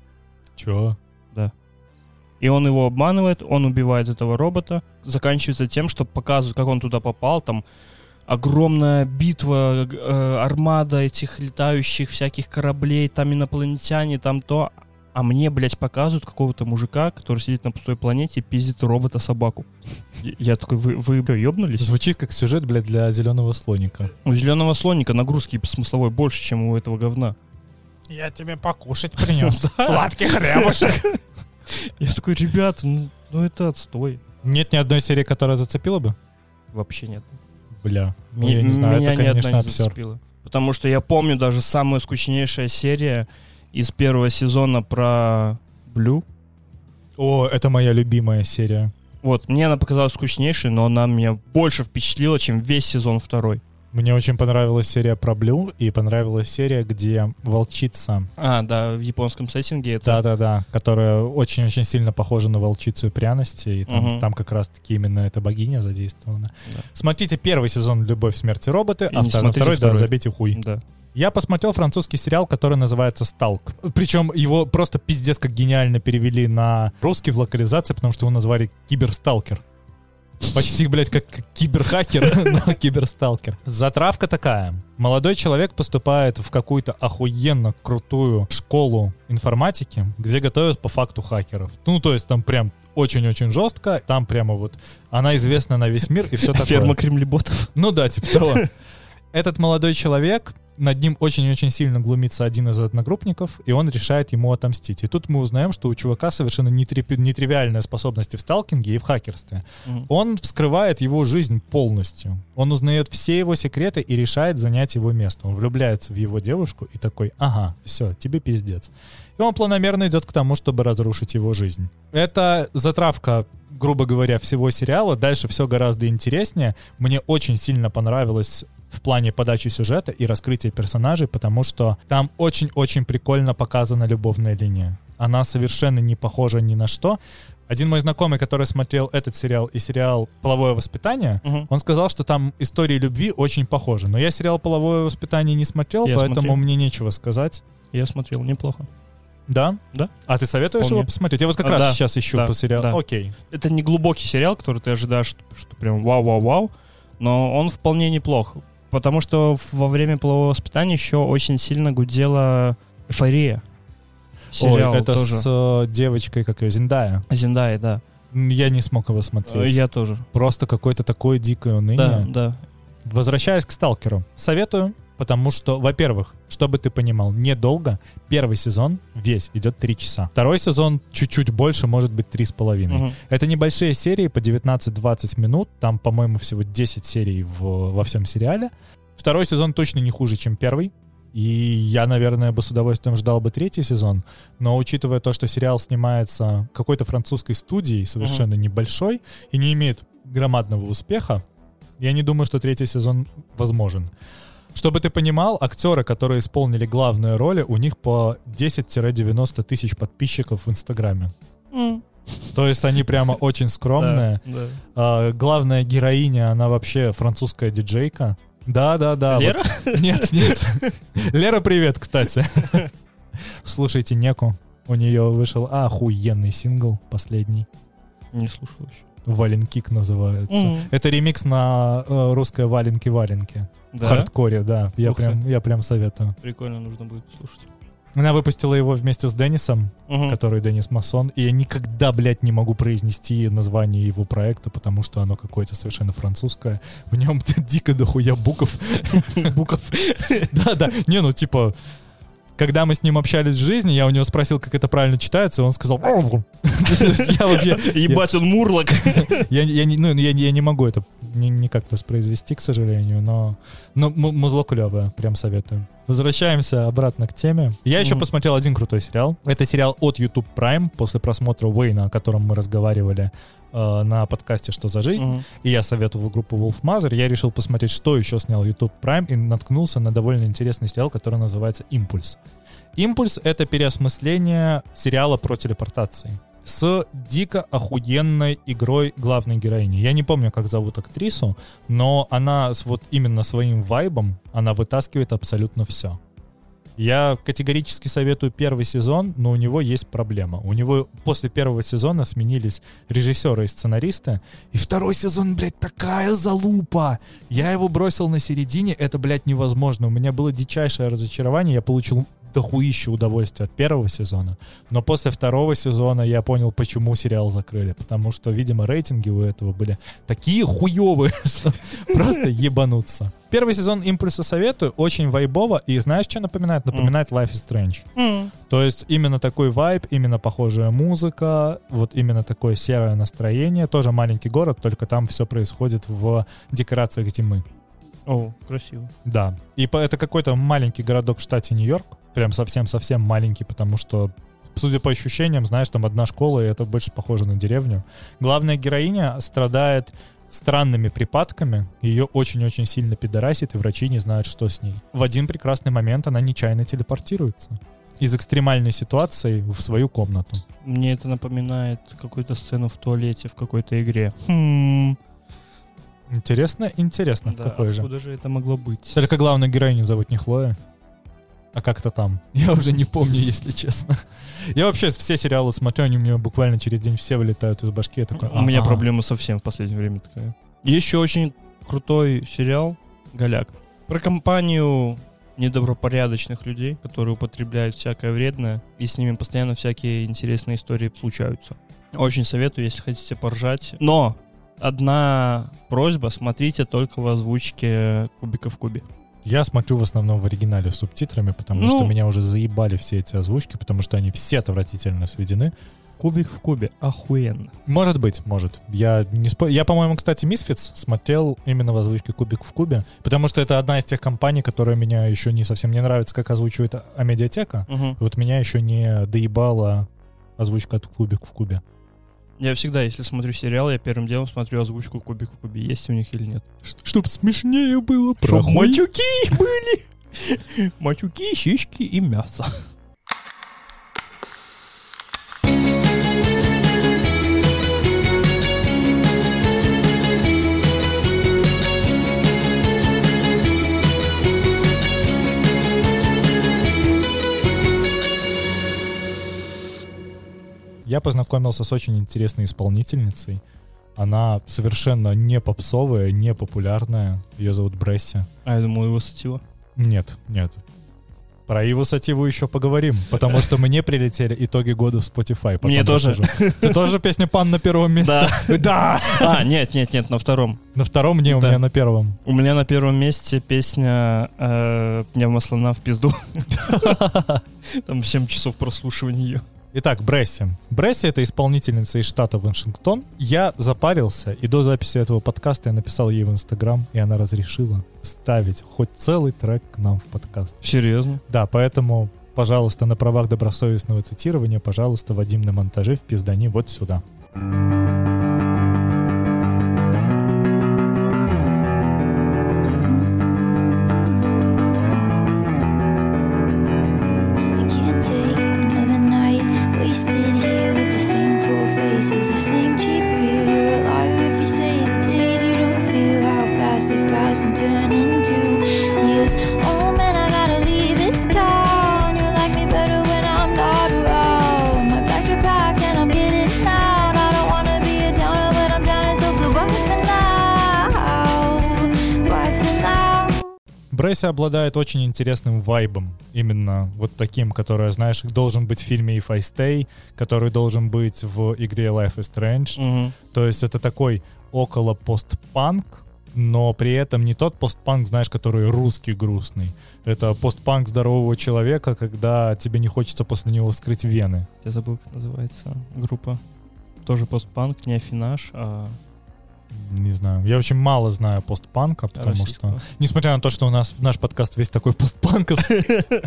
Чё? Да. И он его обманывает, он убивает этого робота. Заканчивается тем, что показывают, как он туда попал. Там огромная битва, э, армада этих летающих всяких кораблей, там инопланетяне, там то. А мне, блядь, показывают какого-то мужика, который сидит на пустой планете и пиздит робота-собаку. Я такой, вы, вы что, ёбнулись? Звучит как сюжет, блядь, для зеленого слоника. У зеленого слоника нагрузки смысловой больше, чем у этого говна. Я тебе покушать принес. Сладкий хлебушек. Я такой, ребята, ну, ну это отстой. Нет ни одной серии, которая зацепила бы? Вообще нет. Бля, ну я не знаю, это, конечно, абсурд. Потому что я помню даже самая скучнейшая серия из первого сезона про Блю. О, это моя любимая серия. Вот, мне она показалась скучнейшей, но она меня больше впечатлила, чем весь сезон второй. Мне очень понравилась серия про Блю, и понравилась серия, где волчица... А, да, в японском сеттинге это... Да-да-да, которая очень-очень сильно похожа на волчицу и пряности, и там, угу. там как раз-таки именно эта богиня задействована. Да. Смотрите первый сезон «Любовь, смерть и роботы», и а второй, второй, да, забейте хуй. Да. Я посмотрел французский сериал, который называется «Сталк». Причем его просто пиздец как гениально перевели на русский в локализации, потому что его назвали «Киберсталкер». Почти, блядь, как киберхакер, но киберсталкер. Затравка такая. Молодой человек поступает в какую-то охуенно крутую школу информатики, где готовят по факту хакеров. Ну, то есть там прям очень-очень жестко. Там прямо вот она известна на весь мир и все такое. Ферма кремлеботов. Ну да, типа того. Этот молодой человек, над ним очень-очень сильно глумится один из одногруппников, и он решает ему отомстить. И тут мы узнаем, что у чувака совершенно нетри- нетривиальная способность в сталкинге и в хакерстве. Mm-hmm. Он вскрывает его жизнь полностью. Он узнает все его секреты и решает занять его место. Он влюбляется в его девушку и такой: ага, все, тебе пиздец. И он планомерно идет к тому, чтобы разрушить его жизнь. Это затравка, грубо говоря, всего сериала. Дальше все гораздо интереснее. Мне очень сильно понравилось в плане подачи сюжета и раскрытия персонажей, потому что там очень-очень прикольно показана любовная линия. Она совершенно не похожа ни на что. Один мой знакомый, который смотрел этот сериал и сериал «Половое воспитание», угу. он сказал, что там истории любви очень похожи. Но я сериал «Половое воспитание» не смотрел, я поэтому смотрел. Мне нечего сказать. Я смотрел, неплохо. Да? Да. А ты советуешь Вполне. его посмотреть? Я вот как а, раз да, сейчас ищу да, по сериалу. Да. Окей. Это не глубокий сериал, который ты ожидаешь, что, что прям вау-вау-вау, но он вполне неплох. Потому что во время полового воспитания еще очень сильно гудела «Эйфория». Сериал Ой, это тоже. с э, девочкой, как ее, Зендая. Зендая, да. Я не смог его смотреть. Я тоже. Просто какое-то такое дикое уныние. Да, да. Возвращаясь к «Сталкеру», советую, потому что, во-первых, чтобы ты понимал, недолго. Первый сезон весь идет три часа. Второй сезон чуть-чуть больше, может быть, три с половиной. Угу. Это небольшие серии по девятнадцать-двадцать минут. Там, по-моему, всего десять серий в, во всем сериале. Второй сезон точно не хуже, чем первый. И я, наверное, бы с удовольствием ждал бы третий сезон. Но учитывая то, что сериал снимается какой-то французской студией, совершенно угу. небольшой, и не имеет громадного успеха, я не думаю, что третий сезон возможен. Чтобы ты понимал, актеры, которые исполнили главные роли, у них по десять-девяносто тысяч подписчиков в Инстаграме. Mm. То есть они прямо очень скромные. Да, да. А, главная героиня, она вообще французская диджейка. Да-да-да. Лера? Вот. Нет, нет. Лера, привет, кстати. Слушайте Неку. У нее вышел охуенный сингл, последний. Не слушал еще. Валенкик называется. Mm-hmm. Это ремикс на э, русское «Валенки-валенки». Да? В хардкоре, да. Я прям, я прям советую. Прикольно, нужно будет слушать. Она выпустила его вместе с Деннисом, uh-huh. который Деннис Масон, и я никогда, блядь, не могу произнести название его проекта, потому что оно какое-то совершенно французское. В нем дико дохуя букв. Букв. Да-да. Не, ну типа... Когда мы с ним общались в жизни, я у него спросил, как это правильно читается, и он сказал... Ебать, он мурлок. Я не могу это никак воспроизвести, к сожалению, но музло клевое, прям советую. Возвращаемся обратно к теме. Я еще Мгм. посмотрел один крутой сериал. Это сериал от YouTube Prime после просмотра Уэйна, о котором мы разговаривали э, на подкасте «Что за жизнь». Мгм. И я советовал группу Wolf Mother. Я решил посмотреть, что еще снял YouTube Prime, и наткнулся на довольно интересный сериал, который называется «Импульс». «Импульс» — это переосмысление сериала про телепортации с дико охуенной игрой главной героини. Я не помню, как зовут актрису, но она с вот именно своим вайбом, она вытаскивает абсолютно все. Я категорически советую первый сезон, но у него есть проблема. У него после первого сезона сменились режиссеры и сценаристы, и второй сезон, блядь, такая залупа! Я его бросил на середине, это, блядь, невозможно. У меня было дичайшее разочарование, я получил дохуище удовольствия от первого сезона, но после второго сезона я понял, почему сериал закрыли, потому что, видимо, рейтинги у этого были такие хуёвые, что просто ебануться. Первый сезон «Импульса» советую, очень вайбово, и знаешь, что напоминает? Напоминает Life is Strange. М. То есть именно такой вайб, именно похожая музыка, вот именно такое серое настроение, тоже маленький город, только там все происходит в декорациях зимы. О, красиво. Да. И по- это какой-то маленький городок в штате Нью-Йорк. Прям совсем-совсем маленький, потому что, судя по ощущениям, знаешь, там одна школа, и это больше похоже на деревню. Главная героиня страдает странными припадками. Ее очень-очень сильно пидорасит, и врачи не знают, что с ней. В один прекрасный момент она нечаянно телепортируется из экстремальной ситуации в свою комнату. Мне это напоминает какую-то сцену в туалете в какой-то игре. Хм. Интересно, интересно, в Да, какой же. откуда же это могло быть? Только главную героиню зовут не Хлоя, а как-то там. Я уже не помню, если честно. Я вообще все сериалы смотрю, они у меня буквально через день все вылетают из башки. Я такой, У меня «А-а». проблема совсем в последнее время такая. Еще очень крутой сериал «Голяк». Про компанию недобропорядочных людей, которые употребляют всякое вредное, и с ними постоянно всякие интересные истории случаются. Очень советую, если хотите поржать. Но одна просьба, смотрите только в озвучке «Кубика в кубе». Я смотрю в основном в оригинале с субтитрами, потому Ну. что меня уже заебали все эти озвучки, потому что они все отвратительно сведены. «Кубик в кубе» охуенно. Может быть, может. Я, не спо... я по-моему, кстати, Misfits смотрел именно в озвучке «Кубик в кубе», потому что это одна из тех компаний, которая меня еще не совсем не нравится, как озвучивает Амедиатека. Угу. Вот меня еще не доебала озвучка от «Кубик в кубе». Я всегда, если смотрю сериал, я первым делом смотрю озвучку «Кубик в кубе», есть у них или нет. Чтоб смешнее было. Чтоб Прохуй. матюки были. Матюки, щечки и мясо. Я познакомился с очень интересной исполнительницей. Она совершенно не попсовая, не популярная. Ее зовут Бресси. А я думал, его сатива. Нет, нет. Про Иву Сативу еще поговорим, потому что мне прилетели итоги года в Spotify. Потом Мне тоже. расскажу. Ты тоже песня «Пан» на первом месте? Да. А, нет, нет, нет, на втором. На втором не, у Да. меня на первом. У меня на первом месте песня э, «Пневмослона в пизду». Там семь часов прослушивания ее. Итак, Бресси. Бресси — это исполнительница из штата Вашингтон. Я запарился, и до записи этого подкаста я написал ей в Инстаграм, и она разрешила ставить хоть целый трек к нам в подкаст. Серьезно? Да, поэтому, пожалуйста, на правах добросовестного цитирования, пожалуйста, Вадим, на монтаже впиздани вот сюда. I can't take another night wasted here with the same four faces, the same cheap beer. Liar if you say the days you don't feel how fast they pass and turn into years. Oh man, I gotta leave this town. You like me better when I'm not around. My bags are packed and I'm getting out. I don't wanna be a downer, but I'm down, so goodbye for now. Bye for now. Бресси обладает очень интересным вайбом, именно вот таким, который, знаешь, должен быть в фильме If I Stay, который должен быть в игре Life is Strange. Мгм. То есть это такой около постпанк, но при этом не тот постпанк, знаешь, который русский грустный. Это постпанк здорового человека, когда тебе не хочется после него вскрыть вены. Я забыл, как называется группа. Тоже постпанк, не Афинаж, а Не знаю. Я очень мало знаю постпанка, потому Российского. что, несмотря на то, что у нас наш подкаст весь такой постпанковский,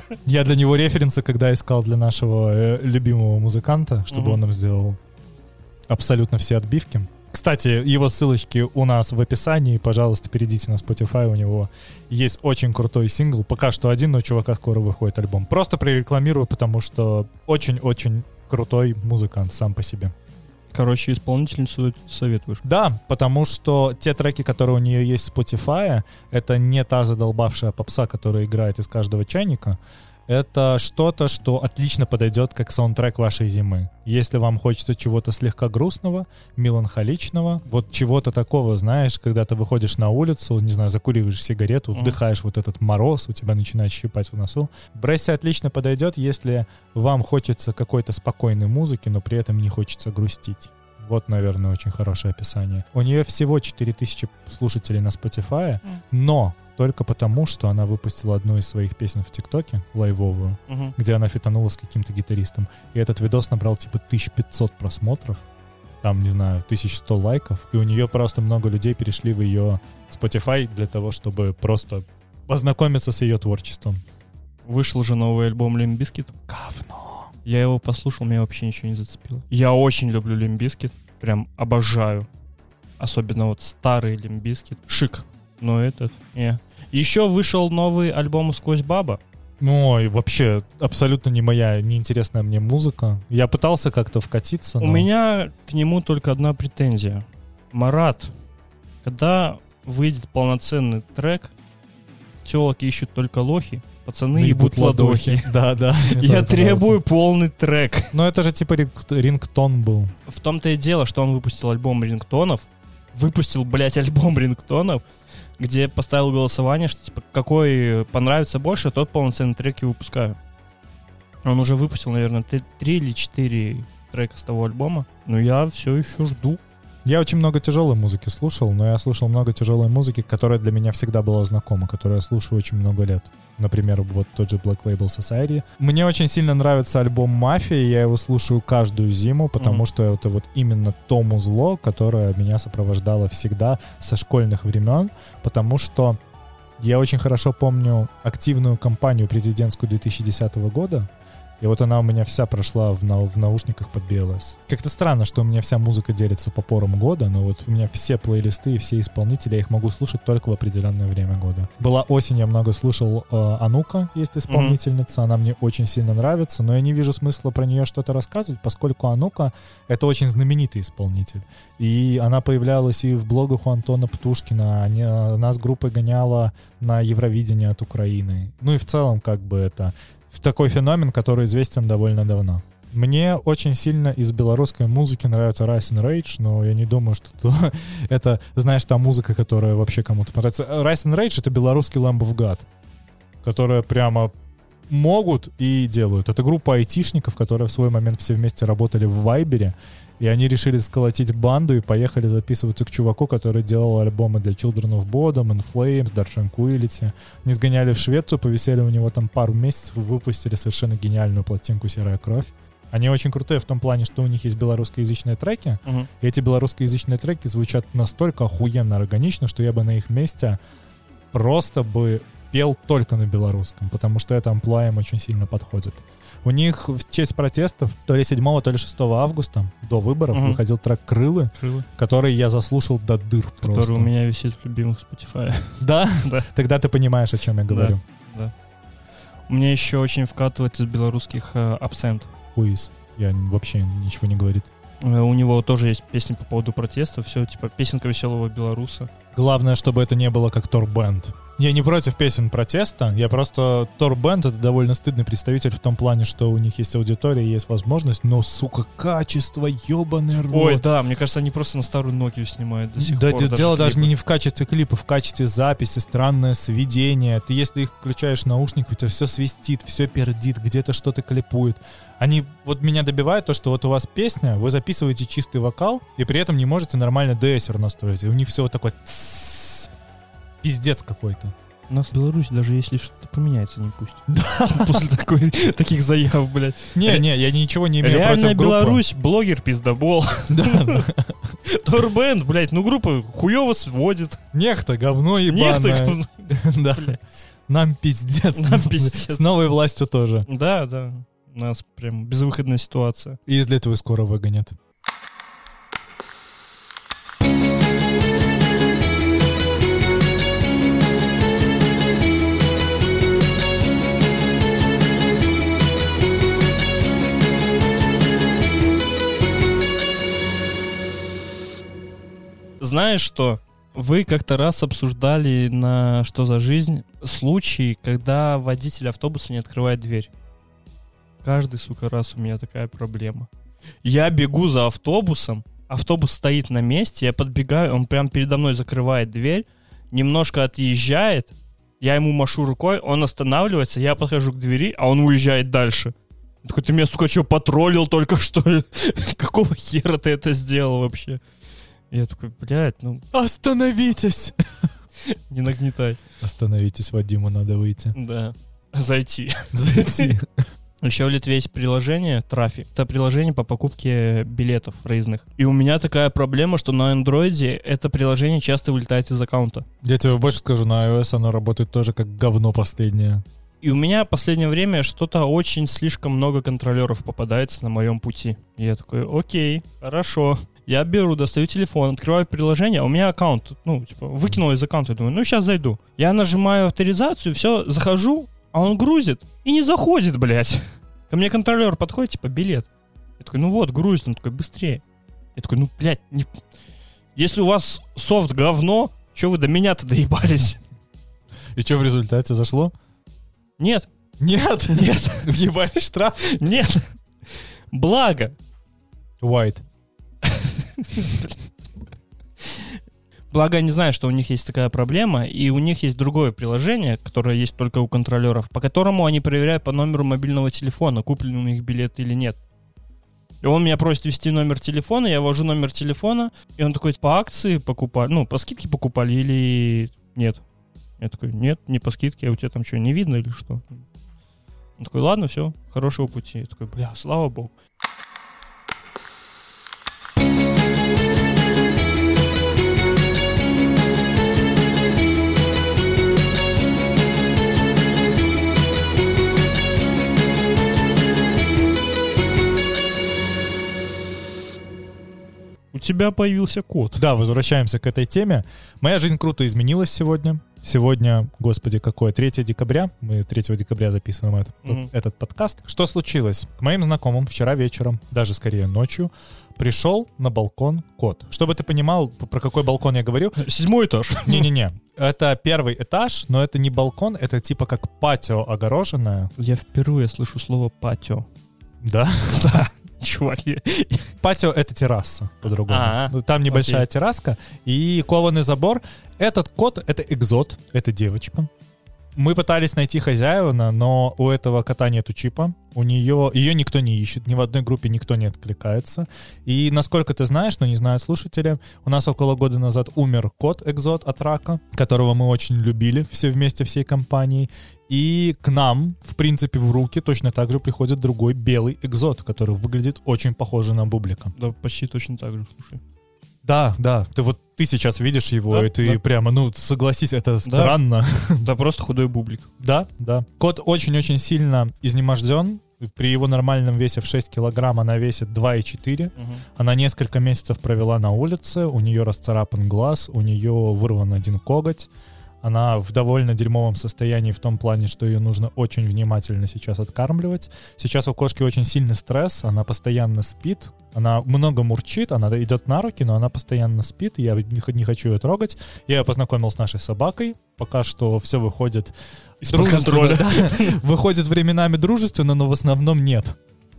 я для него референсы, когда искал для нашего э, любимого музыканта, чтобы Мгм. он нам сделал абсолютно все отбивки. Кстати, его ссылочки у нас в описании. Пожалуйста, перейдите на Spotify. У него есть очень крутой сингл. Пока что один, но у чувака скоро выходит альбом. Просто прорекламирую, потому что очень-очень крутой музыкант сам по себе. Короче, исполнительницу советуешь. Да, потому что те треки, которые у нее есть в Spotify, это не та задолбавшая попса, которая играет из каждого чайника. Это что-то, что отлично подойдет как саундтрек вашей зимы. Если вам хочется чего-то слегка грустного, меланхоличного, вот чего-то такого, знаешь, когда ты выходишь на улицу, не знаю, закуриваешь сигарету, Мгм. вдыхаешь вот этот мороз, у тебя начинает щипать в носу. Бресси отлично подойдет, если вам хочется какой-то спокойной музыки, но при этом не хочется грустить. Вот, наверное, очень хорошее описание. У нее всего четыре тысячи слушателей на Spotify, но только потому, что она выпустила одну из своих песен в ТикТоке, лайвовую, Мгм. где она фитанула с каким-то гитаристом. И этот видос набрал типа тысяча пятьсот просмотров, там, не знаю, тысяча сто лайков, и у нее просто много людей перешли в ее Spotify для того, чтобы просто познакомиться с ее творчеством. Вышел же новый альбом Limp Bizkit. Говно. Я его послушал, меня вообще ничего не зацепило. Я очень люблю Limp Bizkit. Прям обожаю. Особенно вот старый Limp Bizkit. Шик. Но этот, не. Еще вышел новый альбом «Сквозь баба». Ой, вообще, абсолютно не моя, неинтересная мне музыка. Я пытался как-то вкатиться, но... У меня к нему только одна претензия. Марат, когда выйдет полноценный трек, телок ищут только лохи, пацаны ебут ладохи. Да, да. мне Я тоже требую понравился. полный трек. Но это же типа ринг- рингтон был. В том-то и дело, что он выпустил альбом рингтонов, выпустил, блядь, альбом рингтонов, где поставил голосование, что типа какой понравится больше, тот полноценный трек и выпускаю. Он уже выпустил, наверное, три или четыре трека с того альбома, но я все еще жду. Я очень много тяжелой музыки слушал, но я слушал много тяжелой музыки, которая для меня всегда была знакома, которую я слушаю очень много лет. Например, вот тот же Black Label Society. Мне очень сильно нравится альбом «Мафия», я его слушаю каждую зиму, потому Мгм. что это вот именно то музло, которое меня сопровождало всегда со школьных времен, потому что я очень хорошо помню активную кампанию президентскую две тысячи десятого года, и вот она у меня вся прошла в, нау- в наушниках под би эл эс. Как-то странно, что у меня вся музыка делится по порам года, но вот у меня все плейлисты и все исполнители, я их могу слушать только в определенное время года. Была осень, я много слушал э, Анука, есть исполнительница, она мне очень сильно нравится, но я не вижу смысла про нее что-то рассказывать, поскольку Анука — это очень знаменитый исполнитель. И она появлялась и в блогах у Антона Птушкина, они, э, нас группой гоняла на Евровидение от Украины. Ну и в целом как бы это... такой феномен, который известен довольно давно. Мне очень сильно из белорусской музыки нравится Rise and Rage, но я не думаю, что это, это, знаешь, та музыка, которая вообще кому-то понравится. Rise and Rage — это белорусский Lamb of God, которые прямо могут и делают. Это группа айтишников, которые в свой момент все вместе работали в Вайбере, и они решили сколотить банду и поехали записываться к чуваку, который делал альбомы для Children of Bodom, In Flames, Dark Tranquillity. Они сгоняли в Швецию, повисели у него там пару месяцев и выпустили совершенно гениальную пластинку «Серая кровь». Они очень крутые в том плане, что у них есть белорусскоязычные треки, Мгм. и эти белорусскоязычные треки звучат настолько охуенно органично, что я бы на их месте просто бы пел только на белорусском, потому что это амплуа им очень сильно подходит. У них в честь протестов то ли седьмого, то ли шестого августа до выборов Мгм. выходил трек «Крылы», Крылы, который я заслушал до дыр который просто. у меня висит в любимых Spotify. Да? Да. Тогда ты понимаешь, о чем я говорю. У меня еще очень вкатывает из белорусских э, Absent. Хуиз. Я н- вообще ничего не говорит. Э, У него тоже есть песни по поводу протеста. Все, типа, песенка веселого белоруса. Главное, чтобы это не было как Торбенд. Я не против песен протеста, я просто... Торбенд — это довольно стыдный представитель в том плане, что у них есть аудитория, есть возможность, но, сука, качество, ебаный рот. Ой, да, мне кажется, они просто на старую Nokia снимают до сих Да, пор. д- дело даже клипы. не в качестве клипа, в качестве записи, странное сведение. Ты если их включаешь наушник, у тебя все свистит, все пердит, где-то что-то клипует. Они вот меня добивают то, что вот у вас песня, вы записываете чистый вокал, и при этом не можете нормально ди эс эр настроить. И у них все вот такое... тссс. Пиздец какой-то. У нас в Беларуси даже если что-то поменяется, не пустят. Да. После такой, таких заяв, блядь. Не, не, я ничего не имею Реальная против группы. Беларусь, блогер пиздобол. Да. Торбенд, блядь, ну группа хуёво сводит. Нехта, говно ебаное. Нехта, говно. Да. Нам пиздец. Нам пиздец. С новой властью тоже. Да, да. У нас прям безвыходная ситуация. И из Литвы скоро выгонят. Знаешь что? Вы как-то раз обсуждали на «Что за жизнь» случай, когда водитель автобуса не открывает дверь. Каждый, сука, раз у меня такая проблема. Я бегу за автобусом, автобус стоит на месте, я подбегаю, он прям передо мной закрывает дверь, немножко отъезжает, я ему машу рукой, он останавливается, я подхожу к двери, а он уезжает дальше. Я такой, ты меня, сука, что, потроллил только что? Какого хера ты это сделал вообще? Я такой, блядь, ну... Остановитесь! Не нагнетай. Остановитесь, Вадиму надо выйти. Да. Зайти. Зайти. Еще в Литве есть приложение Трафик. Это приложение по покупке билетов проездных. И у меня такая проблема, что на андроиде это приложение часто вылетает из аккаунта. Я тебе больше скажу, на iOS оно работает тоже как говно последнее. И у меня в последнее время что-то очень слишком много контролеров попадается на моем пути. И я такой, окей, хорошо. Я беру, достаю телефон, открываю приложение, а у меня аккаунт, ну, типа, выкинул из аккаунта, я думаю, ну, сейчас зайду. Я нажимаю авторизацию, все, захожу, а он грузит и не заходит, блядь. Ко мне контролер подходит, типа, билет. Я такой, ну вот, грузит, он такой, быстрее. Я такой, ну, блядь, не... если у вас софт говно, что вы до меня-то доебались? И что в результате зашло? Нет. Нет? Нет. Въебали штраф? Нет. Благо. White. Благо, я не знаю, что у них есть такая проблема, и у них есть другое приложение, которое есть только у контролеров, по которому они проверяют по номеру мобильного телефона, куплен у них билет или нет. И он меня просит ввести номер телефона, я ввожу номер телефона, и он такой, по акции покупали, ну, по скидке покупали или нет? Я такой, нет, не по скидке, а у тебя там что, не видно или что? Он такой, ладно, все, хорошего пути. Я такой, бля, слава богу. У тебя появился кот. Да, возвращаемся к этой теме. Моя жизнь круто изменилась сегодня. Сегодня, господи, какое? третьего декабря. Мы третьего декабря записываем этот, mm-hmm. этот подкаст. Что случилось? К моим знакомым вчера вечером, даже скорее ночью, пришел на балкон кот. Чтобы ты понимал, про какой балкон я говорю. Седьмой этаж. Не-не-не. Это первый этаж, но это не балкон, это типа как патио огороженное. Я впервые слышу слово патио. Да? Да. Чувак. Патио — это терраса, по-другому. А-а. Там небольшая Окей. терраска и кованый забор. Этот кот — это экзот, это девочка. Мы пытались найти хозяина, но у этого кота нету чипа. У нее, ее никто не ищет, ни в одной группе никто не откликается. И насколько ты знаешь, но не знают слушатели, у нас около года назад умер кот-экзот от рака, которого мы очень любили все вместе, всей компанией. И к нам, в принципе, в руки точно так же приходит другой белый экзот, который выглядит очень похоже на бублика. Да, почти точно так же, слушай. Да, да, ты вот ты сейчас видишь его, Да, и ты да. прямо, ну, согласись, это странно. Да, просто худой бублик. Да, да. Кот очень-очень сильно изнеможден. При его нормальном весе в шесть килограмм она весит два и четыре. Угу. Она несколько месяцев провела на улице, у нее расцарапан глаз, у нее вырван один коготь. Она в довольно дерьмовом состоянии в том плане, что ее нужно очень внимательно сейчас откармливать. Сейчас у кошки очень сильный стресс, она постоянно спит, она много мурчит, она идет на руки, но она постоянно спит, я не хочу ее трогать. Я ее познакомил с нашей собакой, пока что все выходит из-под контроля. Да. Выходит временами дружественно, но в основном нет.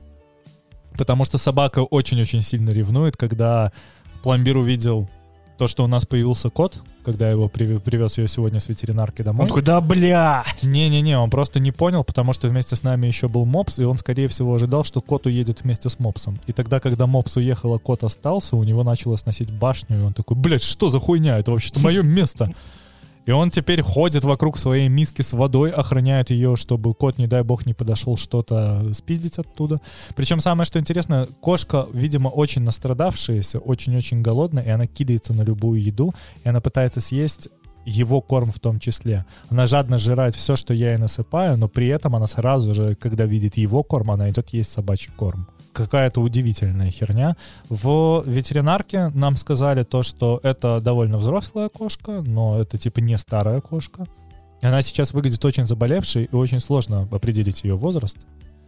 Потому что собака очень-очень сильно ревнует, когда пломбир увидел то, что у нас появился кот, когда я его привез ее сегодня с ветеринарки домой. Он такой, да бля! Не-не-не, он просто не понял, потому что вместе с нами еще был мопс, и он, скорее всего, ожидал, что кот уедет вместе с мопсом. И тогда, когда мопс уехал, а кот остался, у него начало сносить башню, и он такой, блядь, что за хуйня? Это вообще-то мое место. И он теперь ходит вокруг своей миски с водой, охраняет ее, чтобы кот, не дай бог, не подошел что-то спиздить оттуда. Причем самое, что интересно, кошка, видимо, очень настрадавшаяся, очень-очень голодная, и она кидается на любую еду, и она пытается съесть его корм в том числе. Она жадно жрает все, что я ей насыпаю, но при этом она сразу же, когда видит его корм, она идет есть собачий корм. Какая-то удивительная херня. В ветеринарке нам сказали то, что это довольно взрослая кошка, но это типа не старая кошка. Она сейчас выглядит очень заболевшей, и очень сложно определить ее возраст.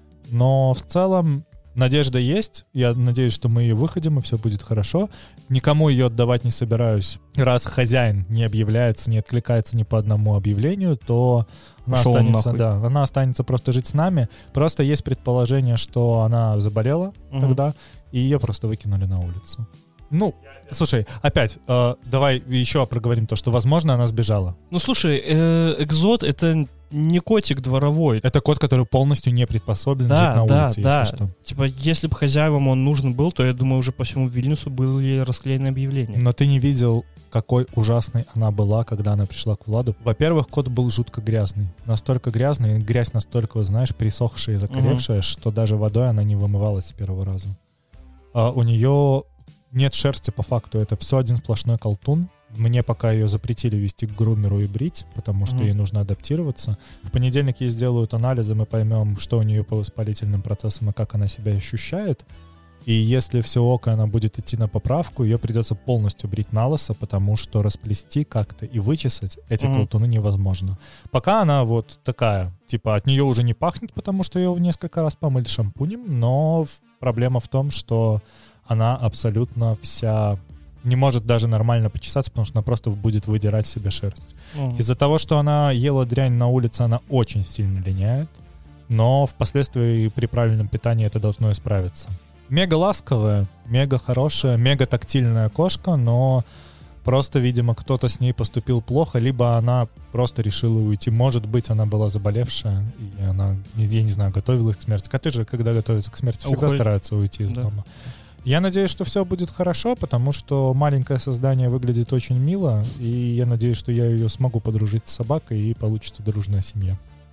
Но в целом надежда есть. Я надеюсь, что мы ее выходим, и все будет хорошо. Никому ее отдавать не собираюсь. Раз хозяин не объявляется, не откликается ни по одному объявлению, то она Шел останется, нахуй. да, она останется просто жить с нами. Просто есть предположение, что она заболела Мгм. тогда, и ее просто выкинули на улицу. Ну, слушай, опять, э, давай еще проговорим то, что, возможно, она сбежала. Ну, слушай, э, экзот — это не котик дворовой. Это кот, который полностью не приспособлен Да, жить на да, улице, да. если что. Типа, если бы хозяевам он нужен был, то, я думаю, уже по всему Вильнюсу были расклеены объявления. Но ты не видел, какой ужасной она была, когда она пришла к Владу. Во-первых, кот был жутко грязный. Настолько грязный, грязь настолько, знаешь, присохшая и закоревшая, что даже водой она не вымывалась с первого раза. А у нее нет шерсти по факту, это все один сплошной колтун. Мне пока ее запретили вести к грумеру и брить, потому что Мгм. ей нужно адаптироваться. В понедельник ей сделают анализы, мы поймем, что у нее по воспалительным процессам и как она себя ощущает. И если все ок, и она будет идти на поправку, ее придется полностью брить на лысо, потому что расплести как-то и вычесать эти Мгм. колтуны невозможно. Пока она вот такая, типа от нее уже не пахнет, потому что ее несколько раз помыли шампунем, но в- проблема в том, что она абсолютно вся не может даже нормально почесаться, потому что она просто будет выдирать себе шерсть. Мгм. Из-за того, что она ела дрянь на улице, она очень сильно линяет, но впоследствии при правильном питании это должно исправиться. Мега ласковая, мега хорошая, мега тактильная кошка, но просто, видимо, кто-то с ней поступил плохо, либо она просто решила уйти. Может быть, она была заболевшая, и она, я не знаю, готовилась к смерти. Коты же, когда готовятся к смерти, всегда Уходит. стараются уйти из Да. дома. Я надеюсь, что все будет хорошо, потому что маленькое создание выглядит очень мило, и я надеюсь, что я ее смогу подружить с собакой, и получится дружная семья.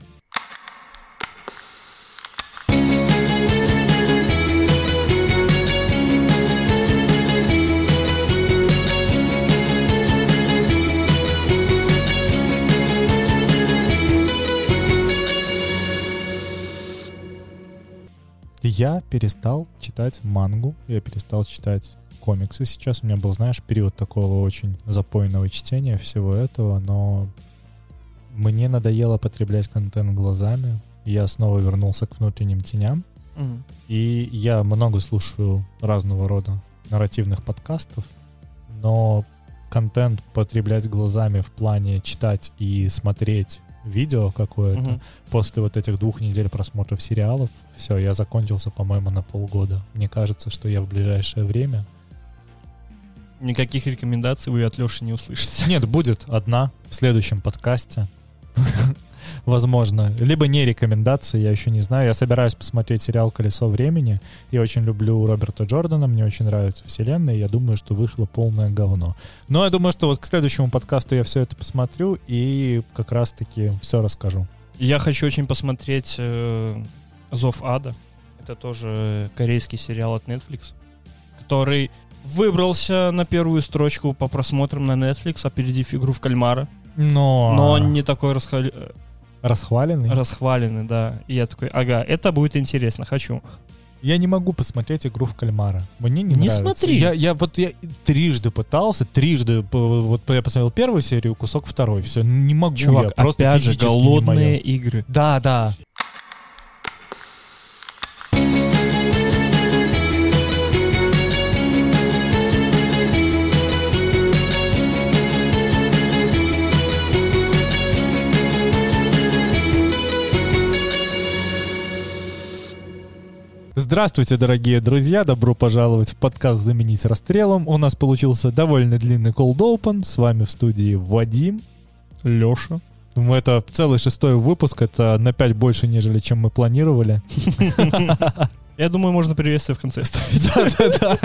Я перестал читать мангу, я перестал читать комиксы сейчас. У меня был, знаешь, период такого очень запойного чтения всего этого, но мне надоело потреблять контент глазами. Я снова вернулся к внутренним теням, Мгм. и я много слушаю разного рода нарративных подкастов, но контент потреблять глазами в плане читать и смотреть видео какое-то, Мгм. после вот этих двух недель просмотров сериалов, все, я закончился, по-моему, на полгода. Мне кажется, что я в ближайшее время... Никаких рекомендаций вы от Леши не услышите. Нет, будет одна в следующем подкасте. Возможно. Либо не рекомендации, я еще не знаю. Я собираюсь посмотреть сериал «Колесо времени». Я очень люблю Роберта Джордана, мне очень нравится вселенная. Я думаю, что вышло полное говно. Но я думаю, что вот к следующему подкасту я все это посмотрю и как раз-таки все расскажу. Я хочу очень посмотреть э, «Зов ада». Это тоже корейский сериал от Netflix, который выбрался на первую строчку по просмотрам на Netflix, опередив «Игру в кальмара». Но, Но он не такой расхвали- расхваленный. расхваленный, да. И я такой, ага, это будет интересно, хочу. Я не могу посмотреть «Игру в кальмара». Мне не, Не нравится. смотри. Я, я вот я трижды пытался, трижды, п- вот я посмотрел первую серию, кусок второй. Все, не могу Чувак, я, просто опять же, физически не голодные моё. игры. Да, да. Здравствуйте, дорогие друзья! Добро пожаловать в подкаст «Заменить расстрелом». У нас получился довольно длинный cold open. С вами в студии Вадим. Леша. Ну, это целый шестой выпуск, это на пять больше, нежели чем мы планировали. Я думаю, можно приветствие в конце ставить. Да-да-да.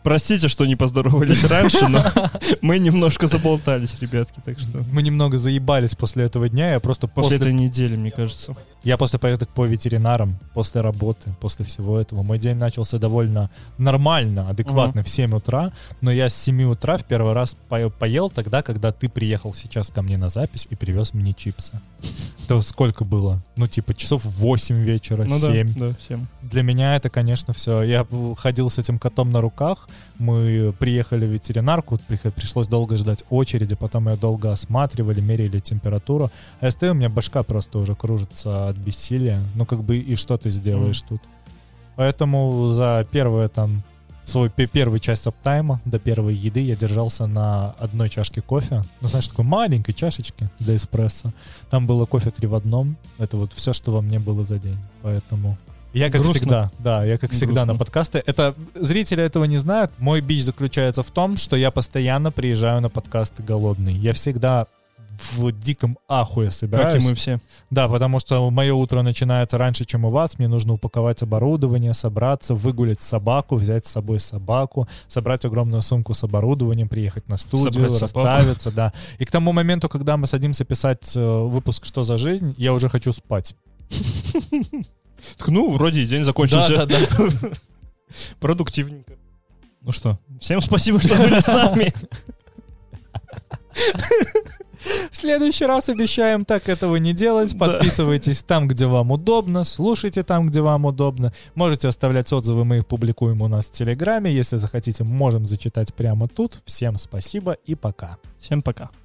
Простите, что не поздоровались раньше, но мы немножко заболтались, ребятки, так что... Мы немного заебались после этого дня, я просто После после... этой недели, мне кажется. Я после поездок по ветеринарам, после работы, после всего этого, мой день начался довольно нормально, адекватно в семь утра, но я с семи утра в первый раз по- поел тогда, когда ты приехал сейчас ко мне на запись и привез мне чипсы. Это сколько было? Ну, типа, часов восемь вечера, Ну семь. да, да, семь. Для меня это, конечно, все. Я ходил с этим котом на руках, мы приехали в ветеринарку, прих- пришлось долго ждать очереди, потом ее долго осматривали, мерили температуру. А я стою, у меня башка просто уже кружится от бессилия. Ну, как бы, и что ты сделаешь Mm. тут? Поэтому за первое там свой пе- первую часть аптайма до первой еды я держался на одной чашке кофе. Ну, знаешь, такой маленькой чашечки для эспрессо. Там было кофе три в одном. Это вот все, что во мне было за день. Поэтому я, как Грустно. всегда, да, я, как всегда, Грустно. на подкасты. Это зрители этого не знают. Мой бич заключается в том, что я постоянно приезжаю на подкасты голодный. Я всегда в диком ахуе собираюсь. Как и мы все. Да, потому что мое утро начинается раньше, чем у вас. Мне нужно упаковать оборудование, собраться, выгулять собаку, взять с собой собаку, собрать огромную сумку с оборудованием, приехать на студию, Собрать собаку. расставиться, да. И к тому моменту, когда мы садимся писать э, выпуск «Что за жизнь?», я уже хочу спать. Так, ну, вроде и день закончился. Да, да, да. Продуктивненько. Ну что, всем спасибо, что были с нами. В следующий раз обещаем так этого не делать. Да. Подписывайтесь там, где вам удобно, слушайте там, где вам удобно. Можете оставлять отзывы, мы их публикуем у нас в Телеграме. Если захотите, можем зачитать прямо тут. Всем спасибо и пока. Всем пока.